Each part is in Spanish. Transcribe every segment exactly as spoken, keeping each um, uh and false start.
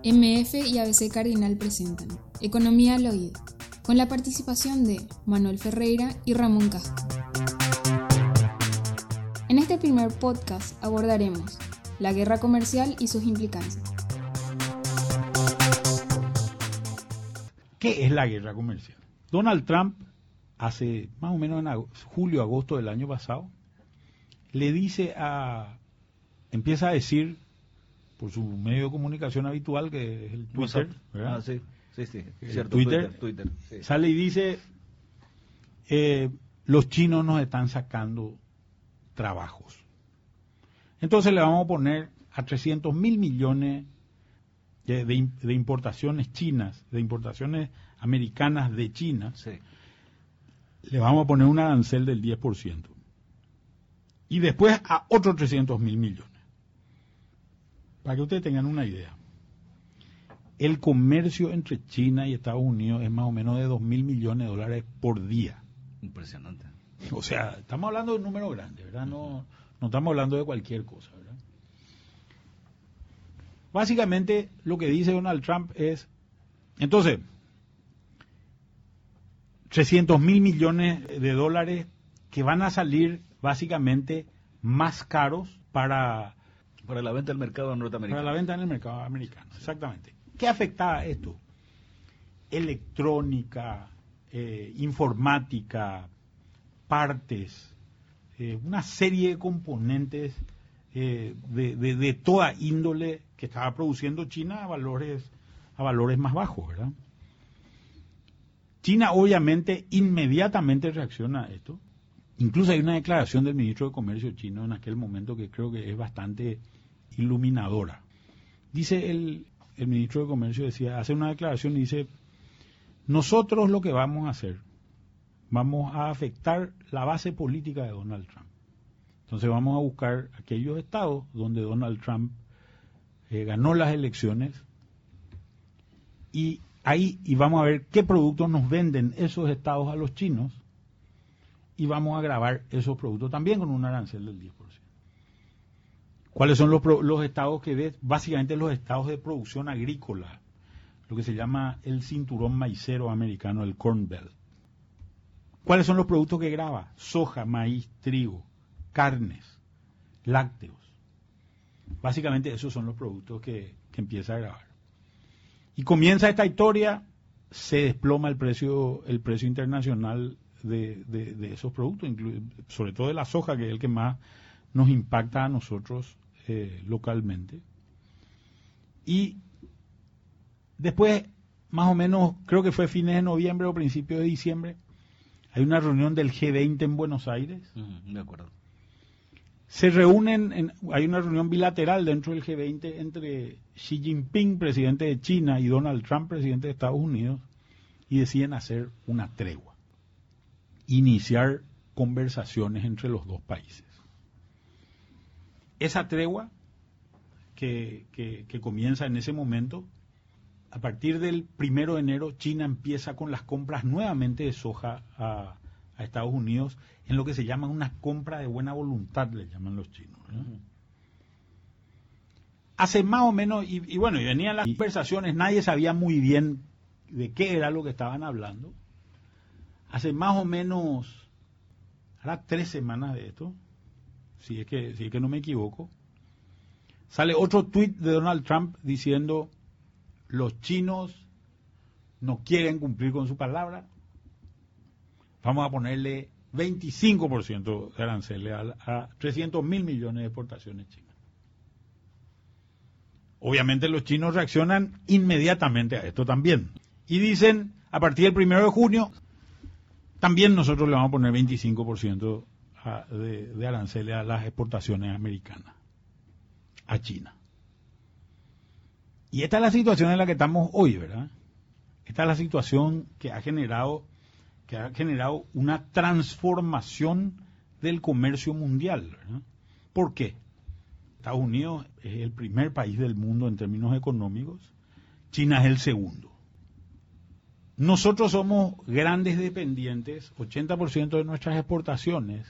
M F y A B C Cardinal presentan Economía al Oído, con la participación de Manuel Ferreira y Ramón Casco. En este primer podcast abordaremos la guerra comercial y sus implicancias. ¿Qué es la guerra comercial? Donald Trump, hace más o menos en julio, agosto del año pasado, le dice a, empieza a decir, por su medio de comunicación habitual, que es el Twitter, ¿verdad? Ah, sí, sí, sí, El cierto, Twitter, Twitter, Twitter sí. Sale y dice, eh, los chinos nos están sacando trabajos. Entonces le vamos a poner a trescientos mil millones de, de, de importaciones chinas, de importaciones americanas de China, sí. Le vamos a poner un arancel del diez por ciento. Y después a otros trescientos mil millones. Para que ustedes tengan una idea. El comercio entre China y Estados Unidos es más o menos de dos mil millones de dólares por día. Impresionante. O sea, estamos hablando de un número grande, ¿verdad? No, no estamos hablando de cualquier cosa, ¿verdad? Básicamente, lo que dice Donald Trump es, entonces, trescientos mil millones de dólares que van a salir básicamente más caros para... Para la venta del mercado norteamericano. Para la venta en el mercado americano, exactamente. ¿Qué afectaba esto? Electrónica, eh, informática, partes, eh, una serie de componentes eh, de, de, de toda índole que estaba produciendo China a valores, a valores más bajos, ¿verdad? China obviamente inmediatamente reacciona a esto. Incluso hay una declaración del ministro de Comercio chino en aquel momento que creo que es bastante iluminadora. Dice el, el ministro de Comercio, decía, hace una declaración y dice, nosotros lo que vamos a hacer, vamos a afectar la base política de Donald Trump. Entonces vamos a buscar aquellos estados donde Donald Trump eh, ganó las elecciones y ahí y vamos a ver qué productos nos venden esos estados a los chinos y vamos a gravar esos productos también con un arancel del diez por ciento. ¿Cuáles son los, los estados que ves? Básicamente los estados de producción agrícola, lo que se llama el cinturón maicero americano, el Corn Belt. ¿Cuáles son los productos que graba? Soja, maíz, trigo, carnes, lácteos. Básicamente esos son los productos que, que empieza a grabar. Y comienza esta historia, se desploma el precio, el precio internacional de, de, de esos productos, sobre todo de la soja, que es el que más nos impacta a nosotros eh, localmente. Y después, más o menos, creo que fue fines de noviembre o principios de diciembre, hay una reunión del G veinte en Buenos Aires. Uh-huh, de acuerdo. Se reúnen, en, hay una reunión bilateral dentro del G veinte entre Xi Jinping, presidente de China, y Donald Trump, presidente de Estados Unidos, y deciden hacer una tregua, iniciar conversaciones entre los dos países. Esa tregua que, que, que comienza en ese momento, a partir del primero de enero, China empieza con las compras nuevamente de soja a, a Estados Unidos, en lo que se llama una compra de buena voluntad, le llaman los chinos, ¿no? Uh-huh. Hace más o menos, y, y bueno, y venían las conversaciones, nadie sabía muy bien de qué era lo que estaban hablando. Hace más o menos, ahora tres semanas de esto, si es que, si es que no me equivoco, sale otro tuit de Donald Trump diciendo, los chinos no quieren cumplir con su palabra, vamos a ponerle veinticinco por ciento de aranceles a, a trescientos mil millones de exportaciones chinas. Obviamente los chinos reaccionan inmediatamente a esto también. Y dicen, a partir del primero de junio, también nosotros le vamos a poner veinticinco por ciento a, de, de aranceles a las exportaciones americanas a China. Y esta es la situación en la que estamos hoy, ¿verdad? Esta es la situación que ha generado, que ha generado una transformación del comercio mundial, ¿verdad? ¿Por qué? Estados Unidos es el primer país del mundo en términos económicos, China es el segundo. Nosotros somos grandes dependientes, ochenta por ciento de nuestras exportaciones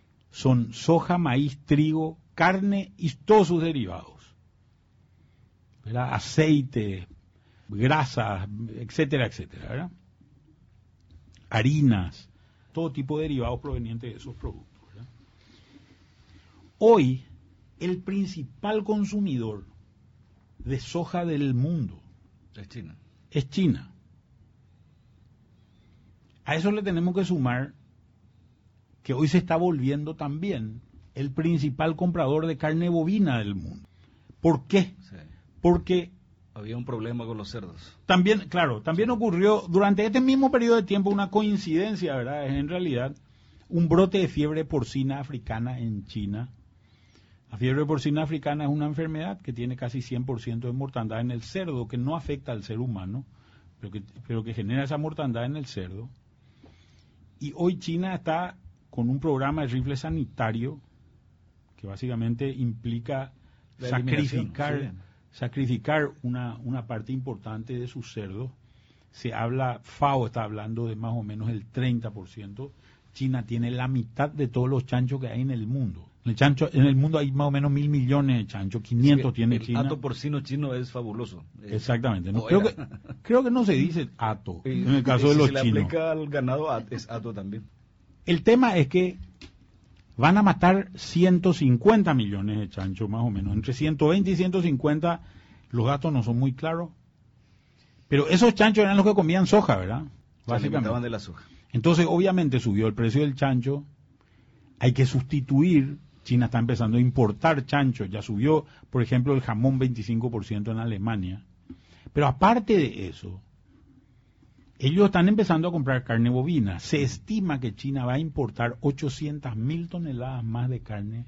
son soja, maíz, trigo, carne y todos sus derivados. ¿verdad? Aceite, grasas, etcétera, etcétera, ¿verdad? Harinas, todo tipo de derivados provenientes de esos productos, ¿verdad? Hoy, el principal consumidor de soja del mundo es China. Es China. A eso le tenemos que sumar que hoy se está volviendo también el principal comprador de carne bovina del mundo. ¿Por qué? Sí. Porque había un problema con los cerdos. También, claro, también ocurrió durante este mismo periodo de tiempo una coincidencia, ¿verdad? Es en realidad un brote de fiebre porcina africana en China. La fiebre porcina africana es una enfermedad que tiene casi cien por ciento de mortandad en el cerdo, que no afecta al ser humano, pero que, pero que genera esa mortandad en el cerdo. Y hoy China está con un programa de rifle sanitario que básicamente implica La sacrificar, sí. sacrificar una, una parte importante de sus cerdos. Se habla, FAO está hablando de más o menos el treinta por ciento. China tiene la mitad de todos los chanchos que hay en el mundo. En el, chancho, en el mundo hay más o menos mil millones de chanchos, quinientos Sí, tiene el China. El hato porcino chino es fabuloso. Exactamente. ¿No? O Creo, que, era. creo que no se dice hato Y, en el caso y de si los se le chinos. aplica al ganado, es hato también. El tema es que van a matar ciento cincuenta millones de chanchos, más o menos. Entre ciento veinte y ciento cincuenta, los datos no son muy claros. Pero esos chanchos eran los que comían soja, ¿verdad? Se alimentaban de la soja. Entonces, obviamente, subió el precio del chancho. Hay que sustituir. China está empezando a importar chanchos. Ya subió, por ejemplo, el jamón veinticinco por ciento en Alemania. Pero aparte de eso, ellos están empezando a comprar carne bovina. Se estima que China va a importar ochocientas mil toneladas más de carne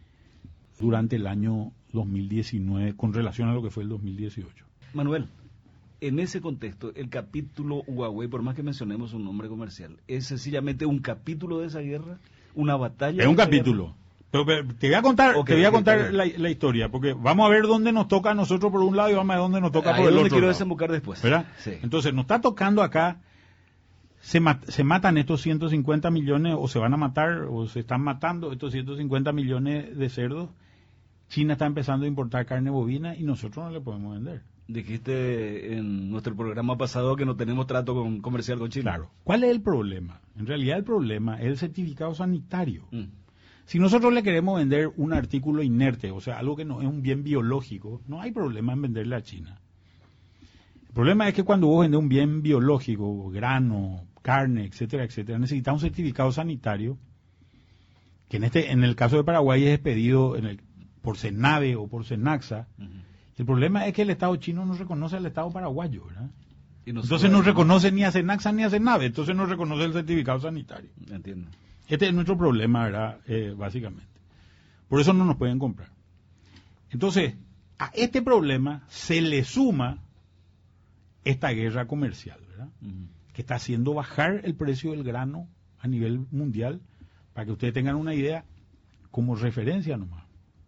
durante el año dos mil diecinueve con relación a lo que fue el dos mil dieciocho. Manuel, en ese contexto, el capítulo Huawei, por más que mencionemos un nombre comercial, ¿es sencillamente un capítulo de esa guerra? ¿Una batalla? Es un de esa capítulo. guerra? Pero, pero te voy a contar, Okay, te voy a okay, contar la, la historia, porque vamos a ver dónde nos toca a nosotros por un lado y vamos a ver dónde nos toca Ahí por es el donde otro quiero lado. desembocar después. ¿Verdad? Sí. Entonces, nos está tocando acá, se, mat, se matan estos ciento cincuenta millones, o se van a matar, o se están matando estos ciento cincuenta millones de cerdos. China está empezando a importar carne bovina y nosotros no le podemos vender. Dijiste en nuestro programa pasado que no tenemos trato con, comercial con China. Claro. ¿Cuál es el problema? En realidad el problema es el certificado sanitario. Mm. Si nosotros le queremos vender un artículo inerte, o sea, algo que no es un bien biológico, no hay problema en venderle a China. El problema es que cuando vos vendés un bien biológico, grano, carne, etcétera, etcétera, necesitas un certificado sanitario, que en este, en el caso de Paraguay es expedido en el, por Senave o por Senaxa. Uh-huh. El problema es que el Estado chino no reconoce al Estado paraguayo, ¿verdad? Y no entonces no reconoce ni a Senaxa ni a Senave, entonces no reconoce el certificado sanitario. Entiendo. Este es nuestro problema, ¿verdad? Eh, básicamente. Por eso no nos pueden comprar. Entonces, a este problema se le suma esta guerra comercial, ¿verdad? Uh-huh. Que está haciendo bajar el precio del grano a nivel mundial, para que ustedes tengan una idea, como referencia nomás.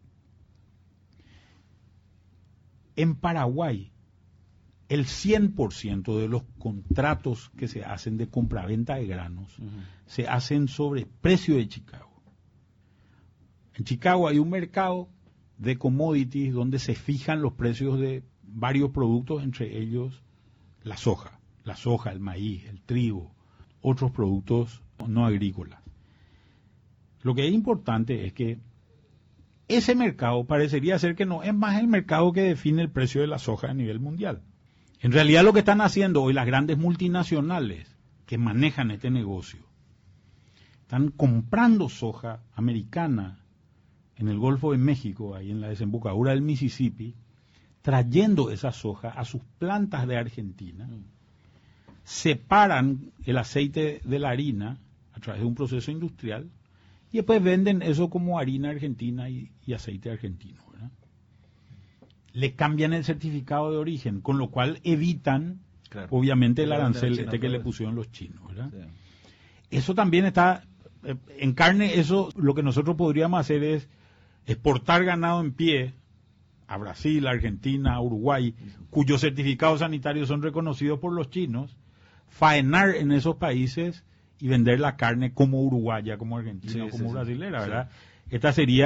En Paraguay, el cien por ciento de los contratos que se hacen de compraventa de granos uh-huh. se hacen sobre precio de Chicago. En Chicago hay un mercado de commodities donde se fijan los precios de varios productos, entre ellos la soja, la soja, el maíz, el trigo, otros productos no agrícolas. Lo que es importante es que ese mercado parecería ser que no es más el mercado que define el precio de la soja a nivel mundial. En realidad lo que están haciendo hoy las grandes multinacionales que manejan este negocio, están comprando soja americana en el Golfo de México, ahí en la desembocadura del Mississippi, trayendo esa soja a sus plantas de Argentina, separan el aceite de la harina a través de un proceso industrial y después venden eso como harina argentina y, y aceite argentino, ¿verdad? Le cambian el certificado de origen, con lo cual evitan, claro, obviamente, el arancel este que le pusieron los chinos, ¿verdad? Sí. Eso también está, eh, en carne, eso lo que nosotros podríamos hacer es exportar ganado en pie a Brasil, a Argentina, a Uruguay, cuyos certificados sanitarios son reconocidos por los chinos, faenar en esos países y vender la carne como uruguaya, como argentina, sí, como sí, brasilera, ¿verdad? Sí. Esta sería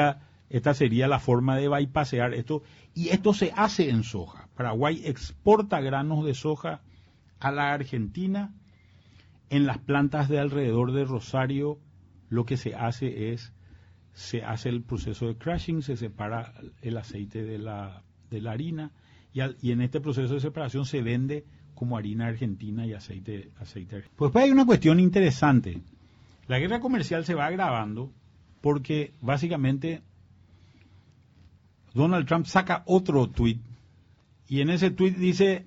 esta sería la forma de bypassear esto, y esto se hace en soja. Paraguay exporta granos de soja a la Argentina. En las plantas de alrededor de Rosario lo que se hace es, se hace el proceso de crushing, se separa el aceite de la, de la harina, y, al, y en este proceso de separación se vende como harina argentina y aceite, aceite argentino. Pues, pues hay una cuestión interesante. La guerra comercial se va agravando porque básicamente Donald Trump saca otro tuit y en ese tuit dice: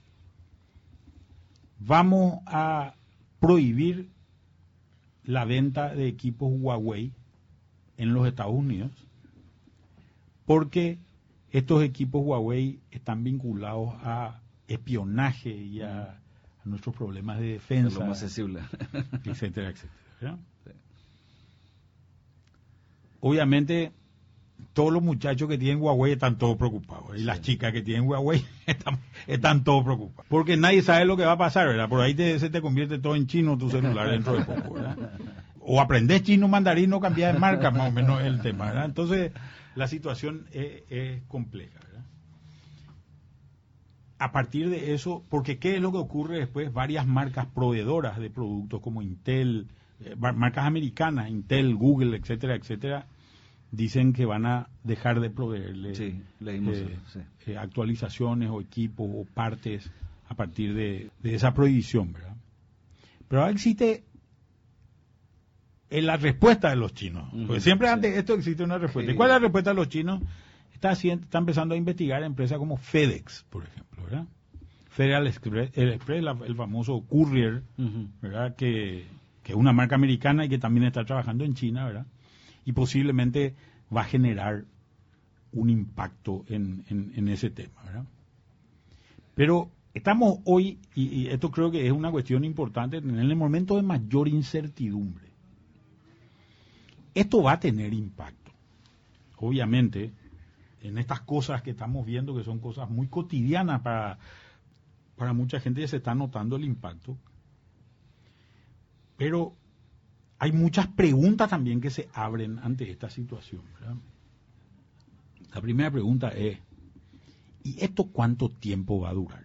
vamos a prohibir la venta de equipos Huawei en los Estados Unidos porque estos equipos Huawei están vinculados a espionaje y a, a nuestros problemas de defensa, lo más sensible, etcétera, etcétera, ¿verdad? Sí. Obviamente todos los muchachos que tienen Huawei están todos preocupados, y sí. Las chicas que tienen Huawei están, están todos preocupados, porque nadie sabe lo que va a pasar, ¿verdad? Por ahí te, se te convierte todo en chino tu celular dentro de poco, ¿verdad? O aprendes chino mandarín o cambias de marca, más o menos es el tema, ¿verdad? Entonces la situación es, es compleja, ¿verdad? A partir de eso, porque ¿qué es lo que ocurre después? Varias marcas proveedoras de productos como Intel, eh, marcas americanas, Intel, Google, etcétera, etcétera, dicen que van a dejar de proveerle sí, leímos eh, eso, sí. eh, actualizaciones o equipos o partes a partir de, de esa prohibición, ¿verdad? Pero ahora existe en la respuesta de los chinos, uh-huh, porque siempre sí. Antes esto existe una respuesta. Sí. ¿Y cuál es la respuesta de los chinos? Está, haciendo, está empezando a investigar empresas como FedEx, por ejemplo, ¿verdad? Federal Express, el, Express, la, el famoso Courier, uh-huh. ¿verdad? Que, que es una marca americana y que también está trabajando en China, ¿verdad? Y posiblemente va a generar un impacto en, en, en ese tema, ¿verdad? Pero estamos hoy, y, y esto creo que es una cuestión importante, en el momento de mayor incertidumbre. Esto va a tener impacto, obviamente, en estas cosas que estamos viendo, que son cosas muy cotidianas para, para mucha gente, ya se está notando el impacto. Pero hay muchas preguntas también que se abren ante esta situación, ¿verdad? La primera pregunta es, ¿y esto cuánto tiempo va a durar?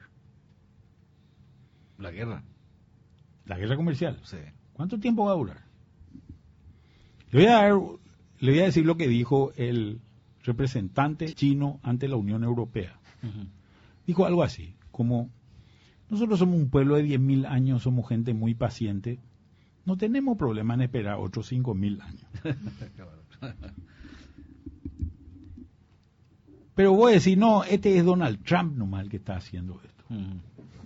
La guerra. La guerra comercial. Sí. ¿Cuánto tiempo va a durar? Le voy a dar, le voy a decir lo que dijo el representante chino ante la Unión Europea. Uh-huh. Dijo algo así, como: nosotros somos un pueblo de diez mil años, somos gente muy paciente, no tenemos problema en esperar otros cinco mil años. Pero voy a decir, no, este es Donald Trump nomás el que está haciendo esto. Uh-huh.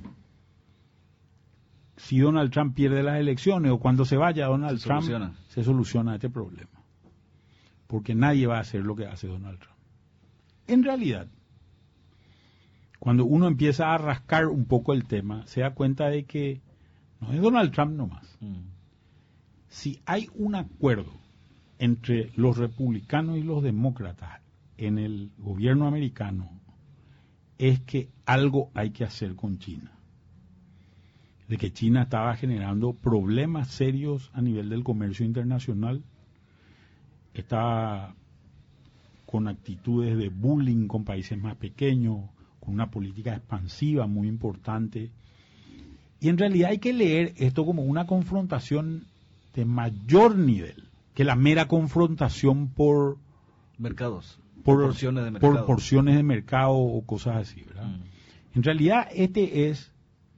Si Donald Trump pierde las elecciones o cuando se vaya Donald se Trump, soluciona. se soluciona este problema. Porque nadie va a hacer lo que hace Donald Trump. En realidad, cuando uno empieza a rascar un poco el tema, se da cuenta de que no es Donald Trump nomás. Uh-huh. Si hay un acuerdo entre los republicanos y los demócratas en el gobierno americano, es que algo hay que hacer con China. De que China estaba generando problemas serios a nivel del comercio internacional, estaba con actitudes de bullying con países más pequeños, con una política expansiva muy importante. Y en realidad hay que leer esto como una confrontación de mayor nivel que la mera confrontación por mercados, por porciones de mercado, por porciones de mercado o cosas así, ¿verdad? Mm. En realidad este es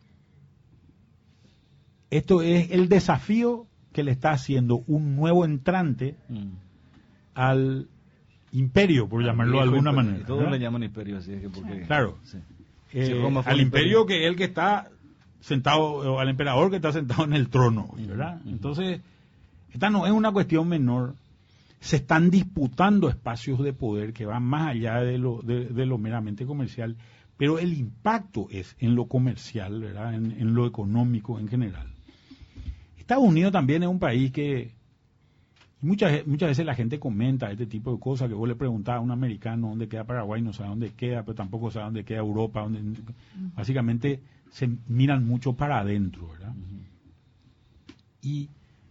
esto es el desafío que le está haciendo un nuevo entrante mm. al imperio, por al llamarlo de alguna imperio, manera. Todos ¿verdad? Le llaman imperio, así es que porque claro, sí. eh, sí, al imperio, imperio que es el que está sentado, o al emperador que está sentado en el trono, ¿verdad? Uh-huh. Entonces, esta no es una cuestión menor. Se están disputando espacios de poder que van más allá de lo, de, de lo meramente comercial, pero el impacto es en lo comercial, ¿verdad? En, en lo económico en general. Estados Unidos también es un país que muchas, muchas veces la gente comenta este tipo de cosas, que vos le preguntás a un americano dónde queda Paraguay, no sabe dónde queda, pero tampoco sabe dónde queda Europa, dónde, uh-huh. básicamente se miran mucho para adentro, ¿verdad? Uh-huh. Y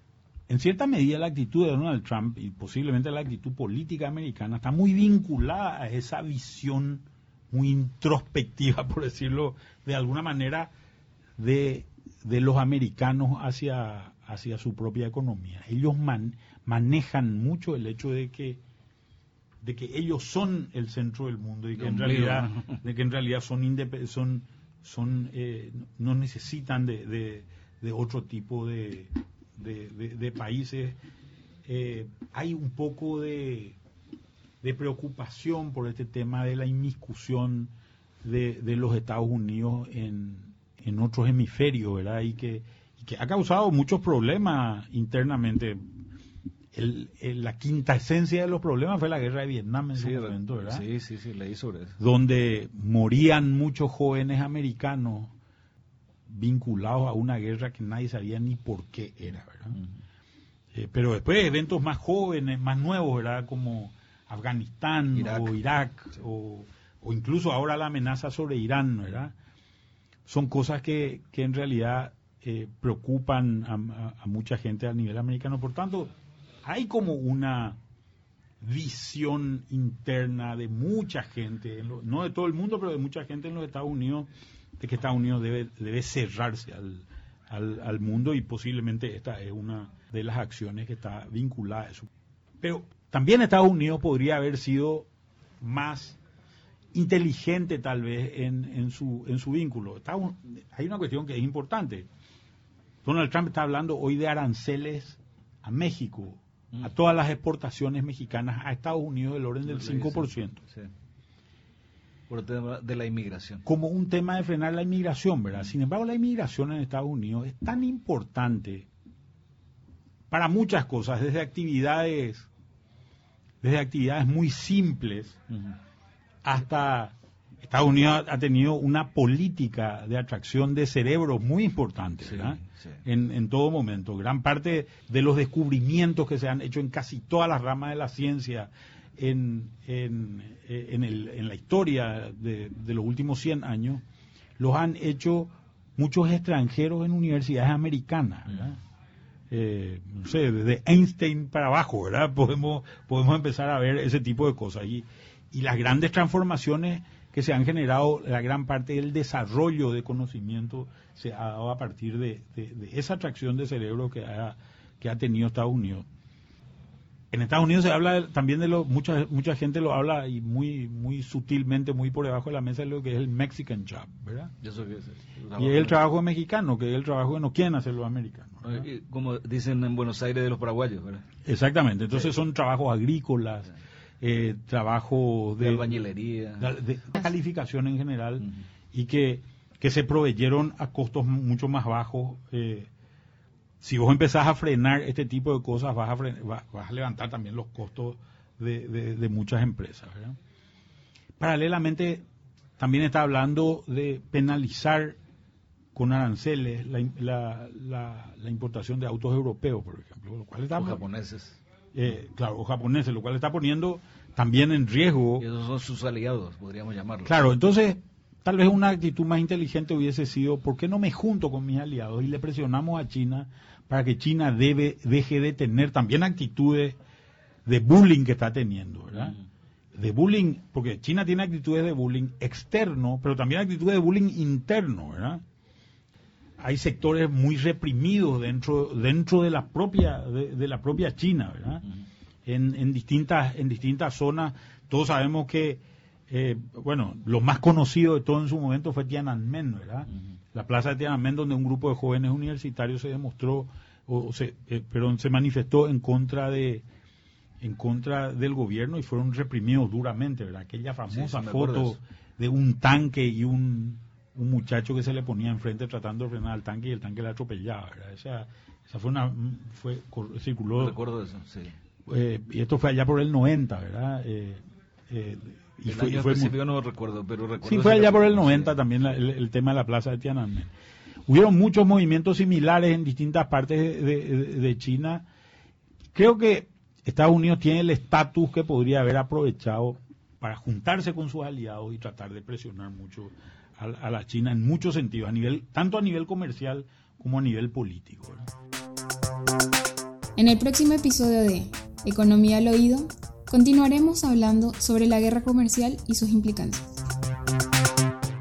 en cierta medida la actitud de Donald Trump y posiblemente la actitud política americana está muy vinculada a esa visión muy introspectiva, por decirlo de alguna manera, de, de los americanos hacia, hacia su propia economía. Ellos man, manejan mucho el hecho de que de que ellos son el centro del mundo y que en realidad de que en realidad son independ- son son eh, no necesitan de, de, de otro tipo de de, de, de países. Eh, hay un poco de de preocupación por este tema de la inmiscusión de, de los Estados Unidos en, en otros hemisferios, ¿verdad? Y que, y que ha causado muchos problemas internamente. El, el, la quinta esencia de los problemas fue la guerra de Vietnam en sí, su momento, ¿verdad? Sí, sí, sí, leí sobre eso. Donde morían muchos jóvenes americanos vinculados a una guerra que nadie sabía ni por qué era, ¿verdad? Uh-huh. Eh, pero después eventos más jóvenes, más nuevos, ¿verdad? Como Afganistán, Irak. o Irak, sí. o, o incluso ahora la amenaza sobre Irán, ¿verdad? Son cosas que, que en realidad eh, preocupan a, a, a mucha gente a nivel americano. Por tanto, hay como una visión interna de mucha gente, en lo, no de todo el mundo, pero de mucha gente en los Estados Unidos, de que Estados Unidos debe, debe cerrarse al, al, al mundo, y posiblemente esta es una de las acciones que está vinculada a eso. Pero también Estados Unidos podría haber sido más inteligente tal vez en, en su en su vínculo. Está un, hay una cuestión que es importante. Donald Trump está hablando hoy de aranceles a México, mm. a todas las exportaciones mexicanas a Estados Unidos del orden del cinco por ciento. Sí. Por el tema de la inmigración. Como un tema de frenar la inmigración, ¿verdad? Sin embargo, la inmigración en Estados Unidos es tan importante para muchas cosas, desde actividades desde actividades muy simples uh-huh. hasta Estados Unidos ha tenido una política de atracción de cerebros muy importante, sí, ¿verdad? Sí. En, en todo momento. Gran parte de los descubrimientos que se han hecho en casi todas las ramas de la ciencia en, en, en, el, en la historia de, de los últimos cien años, los han hecho muchos extranjeros en universidades americanas, ¿verdad? Uh-huh. Eh, no sé, desde Einstein para abajo, ¿verdad? Podemos podemos empezar a ver ese tipo de cosas. Y, y las grandes transformaciones que se han generado, la gran parte del desarrollo de conocimiento se ha dado a partir de, de, de esa atracción de cerebro que ha, que ha tenido Estados Unidos. En Estados Unidos se habla también de lo, mucha mucha gente lo habla y muy muy sutilmente, muy por debajo de la mesa, de lo que es el Mexican job, ¿verdad? Yo sé que es, y es el trabajo mexicano, que es el trabajo que no quieren hacer los americanos, ¿verdad? Como dicen en Buenos Aires de los paraguayos, ¿verdad? Exactamente, entonces sí. Son trabajos agrícolas, sí. eh, trabajos de, de albañilería, de, de calificación en general, uh-huh. y que, que se proveyeron a costos mucho más bajos. eh, Si vos empezás a frenar este tipo de cosas, vas a, frenar, vas, vas a levantar también los costos de, de, de muchas empresas, ¿verdad? Paralelamente, también está hablando de penalizar con aranceles la, la, la, la importación de autos europeos, por ejemplo. Lo cual está, o japoneses. Eh, claro, o japoneses, lo cual está poniendo también en riesgo. Y esos son sus aliados, podríamos llamarlos. Claro, entonces... Tal vez una actitud más inteligente hubiese sido, ¿por qué no me junto con mis aliados y le presionamos a China para que China debe, deje de tener también actitudes de bullying que está teniendo, ¿verdad? Mm. De bullying, porque China tiene actitudes de bullying externo, pero también actitudes de bullying interno, ¿verdad? Hay sectores muy reprimidos dentro dentro de la propia de, de la propia China, ¿verdad? Mm. En, en distintas en distintas zonas. Todos sabemos que Eh, bueno, lo más conocido de todo en su momento fue Tiananmen, ¿verdad? Uh-huh. La plaza de Tiananmen, donde un grupo de jóvenes universitarios se demostró, o, o se, eh, perdón, se manifestó en contra de, en contra del gobierno y fueron reprimidos duramente, ¿verdad? Aquella famosa sí, foto de un tanque y un, un muchacho que se le ponía enfrente tratando de frenar al tanque y el tanque le atropellaba, ¿verdad? Esa, esa fue una, fue, circuló. Recuerdo eso, sí. Eh, y esto fue allá por el noventa, ¿verdad? Eh, eh, Y el fue, año fue específico muy... no recuerdo, pero recuerdo... Sí, fue allá por el noventa también la, el, el tema de la plaza de Tiananmen. Hubieron muchos movimientos similares en distintas partes de, de, de China. Creo que Estados Unidos tiene el estatus que podría haber aprovechado para juntarse con sus aliados y tratar de presionar mucho a, a la China en muchos sentidos, a nivel, tanto a nivel comercial como a nivel político, ¿verdad? En el próximo episodio de Economía al Oído, continuaremos hablando sobre la guerra comercial y sus implicancias.